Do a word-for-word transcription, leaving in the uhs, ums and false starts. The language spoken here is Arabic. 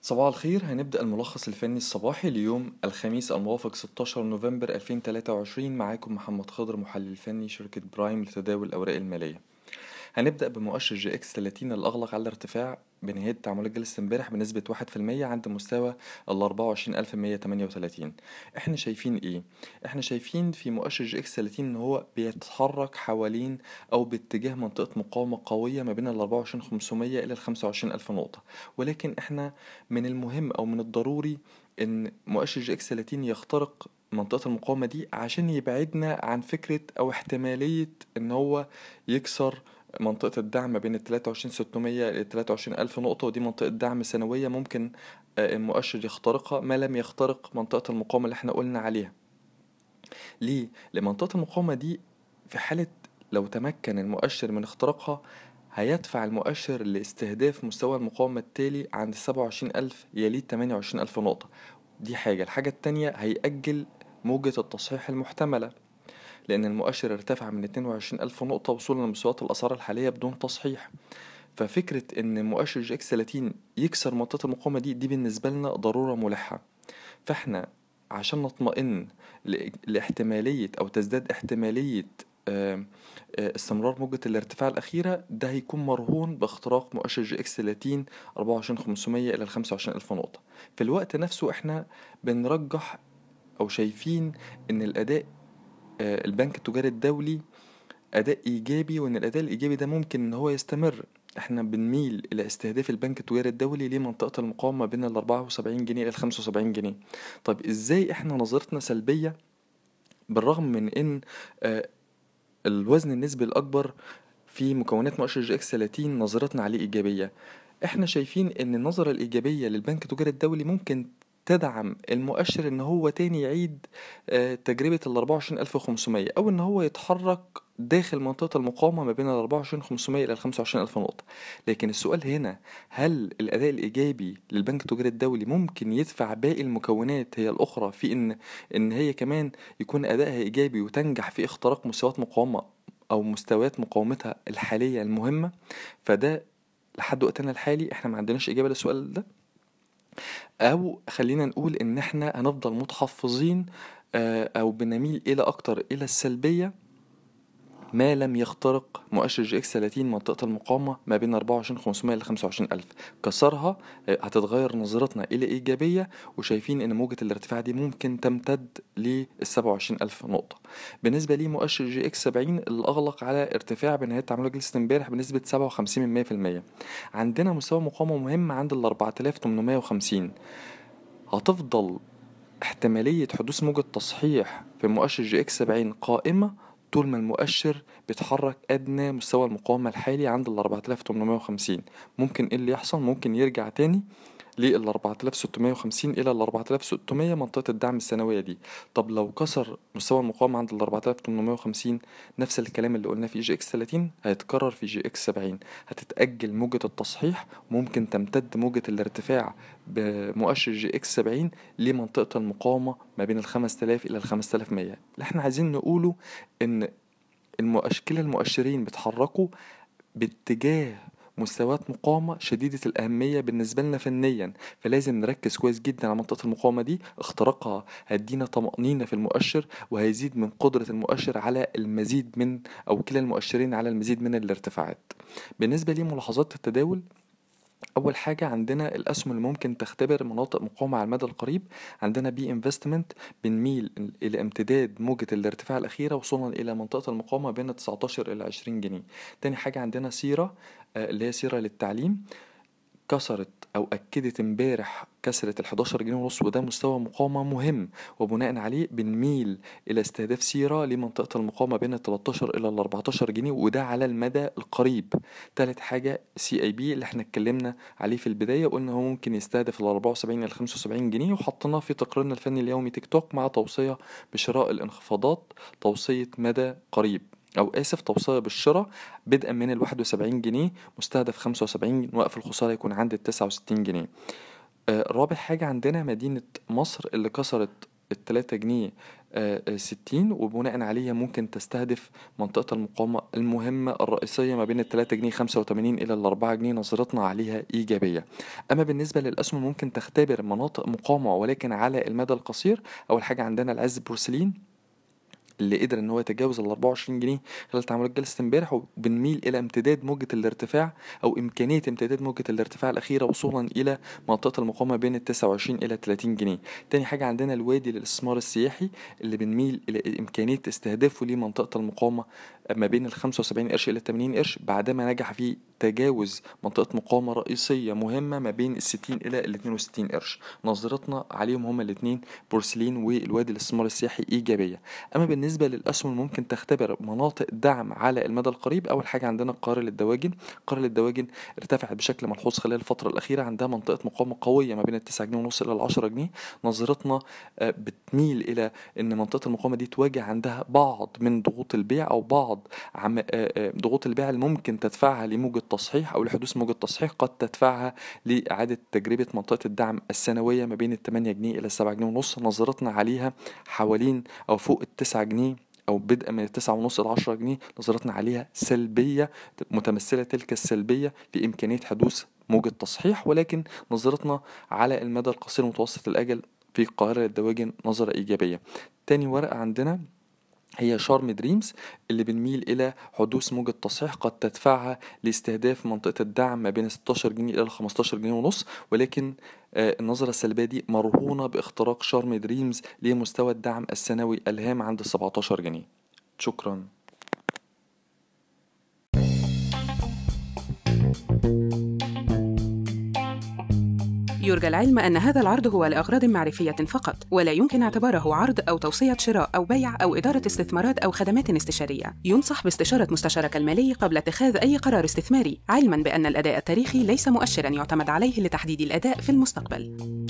صباح الخير. هنبدأ الملخص الفني الصباحي ليوم الخميس الموافق ستاشر نوفمبر ألفين وتلاتة وعشرين. معاكم محمد خضر، محلل فني شركة برايم لتداول الأوراق المالية. هنبدأ بمؤشر جي اكس ثلاثين اللي أغلق على ارتفاع بنهاية تعاملات جلسة امبارح بنسبة واحد في المية عند مستوى ال أربعة وعشرين ألف مية تمانية وتلاتين. احنا شايفين ايه؟ احنا شايفين في مؤشر جي اكس ثلاثين ان هو بيتحرك حوالين او باتجاه منطقة مقاومة قوية ما بين ال أربعة وعشرين خمسمية إلى ال خمسة وعشرين ألف نقطة. ولكن احنا من المهم او من الضروري ان مؤشر جي اكس ثلاثين يخترق منطقة المقاومة دي عشان يبعدنا عن فكرة او احتمالية ان هو يكسر منطقة الدعم ما بين التلاتة وعشرين ستمية للتلاتة وعشرين ألف نقطة، ودي منطقة دعم سنوية ممكن آه، المؤشر يخترقها ما لم يخترق منطقة المقاومة اللي احنا قلنا عليها. ليه؟ لمنطقة المقاومة دي في حالة لو تمكن المؤشر من اختراقها هيدفع المؤشر لاستهداف مستوى المقاومة التالي عند السبعة وعشرين ألف يليه تمانية وعشرين ألف نقطة. دي حاجة. الحاجة التانية هيأجل موجة التصحيح المحتملة، لأن المؤشر ارتفع من اتنين وعشرين ألف نقطة وصولا لمستويات الأسعار الحالية بدون تصحيح. ففكرة إن مؤشر جي اكس ثلاثين يكسر منطقة المقاومة دي دي بالنسبة لنا ضرورة ملحة. فاحنا عشان نطمئن ل- لاحتمالية أو تزداد احتمالية آم، آه، استمرار موجة الارتفاع الأخيرة، ده هيكون مرهون باختراق مؤشر جي اكس ثلاثين أربعة وعشرين خمسمية إلى خمسة وعشرين ألف نقطة. في الوقت نفسه احنا بنرجح أو شايفين إن الأداء آه، البنك التجاري الدولي أداء إيجابي، وإن الأداء الإيجابي ده ممكن إن هو يستمر. احنا بنميل إلى استهداف البنك التجاري الدولي لمنطقة المقاومة بين ال أربعة وسبعين جنيه إلى خمسة وسبعين جنيه. طيب إزاي احنا نظرتنا سلبية بالرغم من إن آه، الوزن النسبي الأكبر في مكونات مؤشر جي اكس ثلاثين نظرتنا عليه إيجابية؟ احنا شايفين ان النظرة الإيجابية للبنك التجاري الدولي ممكن تدعم المؤشر ان هو تاني يعيد آه، تجربة ال أربعة وعشرين ألف وخمسمية، او ان هو يتحرك داخل منطقة المقاومة ما بين ال أربعة وعشرين خمسمية إلى ال خمسة وعشرين ألف نقطة. لكن السؤال هنا، هل الأداء الإيجابي للبنك التجاري الدولي ممكن يدفع باقي المكونات هي الأخرى في إن إن هي كمان يكون أدائها إيجابي وتنجح في اختراق مستويات مقاومة أو مستويات مقاومتها الحالية المهمة؟ فده لحد وقتنا الحالي احنا ما عندناش اجابه للسؤال ده. او خلينا نقول ان احنا هنفضل متحفظين آه، او بنميل الى اكتر الى السلبيه ما لم يخترق مؤشر جي اكس ثلاثين منطقة المقاومة ما بين أربعة وعشرين خمسمية ل خمسة وعشرين ألف. كسرها آه، هتتغير نظرتنا إلى إيجابية، وشايفين إن موجة الارتفاع دي ممكن تمتد لل سبعة وعشرين ألف نقطة. بالنسبة لي مؤشر جي اكس سبعين اللي أغلق على ارتفاع بنهاية تعاملات جلسة امبارح بنسبة سبعة وخمسين من مية في المية. عندنا مستوى مقاومة مهم عند ال أربعة آلاف وتمنمية وخمسين. هتفضل احتمالية حدوث موجة تصحيح في مؤشر جي اكس سبعين قائمة طول ما المؤشر بيتحرك أدنى مستوى المقاومة الحالي عند ال أربعة آلاف وتمنمية وخمسين. ممكن ايه اللي يحصل؟ ممكن يرجع تاني لل أربعة آلاف وستمية وخمسين إلى ال أربعة آلاف وستمية منطقة الدعم السنوية دي. طب لو كسر مستوى المقاومة عند ال أربعة آلاف وتمنمية وخمسين، نفس الكلام اللي قلناه في جي اكس ثلاثين هيتكرر في جي اكس سبعين. هتتأجل موجة التصحيح، ممكن تمتد موجة الارتفاع بمؤشر جي اكس سبعين لمنطقة المقاومة ما بين ال خمسة آلاف إلى ال خمسة آلاف ومية. اللي احنا عايزين نقوله إن المؤشكلة المؤشرين بيتحركوا باتجاه مستويات مقاومة شديدة الأهمية بالنسبة لنا فنيا، فلازم نركز كويس جدا على منطقة المقاومة دي. اختراقها هيدينا طمأنينة في المؤشر، وهيزيد من قدرة المؤشر على المزيد من أو كلا المؤشرين على المزيد من الارتفاعات. بالنسبة لي ملاحظات التداول، اول حاجه عندنا الاسهم اللي ممكن تختبر مناطق مقاومه على المدى القريب. عندنا بي انفستمنت بنميل الى امتداد موجه الارتفاع الاخيره وصولا الى منطقه المقاومه بين تسعتاشر الى عشرين جنيه. تاني حاجه عندنا سيره آه، اللي هي سيره للتعليم، كسرت او اكدت امبارح كسرت ال حداشر جنيه ونص، وده مستوى مقاومه مهم، وبناء عليه بنميل الى استهداف سيره لمنطقه المقاومه بين ال تلتاشر الى ال أربعتاشر جنيه، وده على المدى القريب. تالت حاجه سي اي بي اللي احنا اتكلمنا عليه في البدايه، وقلنا هو ممكن يستهدف ال أربعة وسبعين الى خمسة وسبعين جنيه، وحطيناه في تقريرنا الفني اليومي تيك توك مع توصيه بشراء الانخفاضات، توصيه مدى قريب او اسف توصيه بالشراء بدءا من ال واحد وسبعين جنيه، مستهدف خمسة وسبعين، وقف الخسارة يكون عند ال تسعة وستين جنيه. آه، رابع حاجة عندنا مدينة مصر اللي كسرت التلاتة جنيه ستين، وبناء عليه ممكن تستهدف منطقة المقاومة المهمة الرئيسية ما بين التلاتة جنيه خمسة وتمانين إلى الأربعة جنيه، نظرتنا عليها إيجابية. أما بالنسبة للأسهم ممكن تختبر مناطق مقاومة ولكن على المدى القصير. أول حاجة عندنا العز بورسلين اللي قدر ان هو يتجاوز ال أربعة وعشرين جنيه خلال تعاملات جلسة امبارح، وبنميل الى امتداد موجة الارتفاع او امكانية امتداد موجة الارتفاع الاخيرة وصولا الى منطقة المقاومة بين ال تسعة وعشرين الى تلاتين جنيه. تاني حاجة عندنا الوادي للاستثمار السياحي اللي بنميل الى امكانية استهدافه لمنطقة المقاومة ما بين ال خمسة وسبعين قرش الى تمانين قرش بعدما نجح في تجاوز منطقة مقاومة رئيسية مهمة ما بين ال ستين الى ال اتنين وستين قرش. نظرتنا عليهم هما الاثنين بورسلين والوادي للاستثمار السياحي ايجابية. اما بالنسبة للأسهم ممكن تختبر مناطق دعم على المدى القريب. أول حاجة عندنا القاهرة للدواجن. القاهرة للدواجن ارتفعت بشكل ملحوظ خلال الفترة الأخيرة، عندها منطقة مقاومة قوية ما بين التسعة جنيه ونص إلى العشرة جنيه. نظرتنا بتميل إلى أن منطقة المقاومة دي تواجه عندها بعض من ضغوط البيع أو بعض عم ضغوط البيع اللي ممكن تدفعها لموجة تصحيح أو لحدوث موجة تصحيح قد تدفعها لإعادة تجربة منطقة الدعم السنوية ما بين التمانية جنيه إلى السبعة جنيه ونص. نظرتنا عليها حوالين أو فوق التسعة جنيه أو بدءا من التسعة ونص العشرة جنيه. نظرتنا عليها سلبية، متمثلة تلك السلبية في إمكانية حدوث موجة تصحيح، ولكن نظرتنا على المدى القصير متوسط الأجل في القاهرة للدواجن نظرة إيجابية. تاني ورقة عندنا هي شارم دريمز اللي بنميل إلى حدوث موجة تصحيح قد تدفعها لاستهداف منطقة الدعم ما بين ستاشر جنيه إلى خمستاشر جنيه ونص، ولكن آه النظرة السلبية دي مرهونة باختراق شارم دريمز لمستوى الدعم السنوي الهام عند سبعتاشر جنيه. شكرا. يرجى العلم أن هذا العرض هو لأغراض معرفية فقط، ولا يمكن اعتباره عرض أو توصية شراء أو بيع أو إدارة استثمارات أو خدمات استشارية. ينصح باستشارة مستشارك المالي قبل اتخاذ أي قرار استثماري، علماً بأن الأداء التاريخي ليس مؤشراً يعتمد عليه لتحديد الأداء في المستقبل.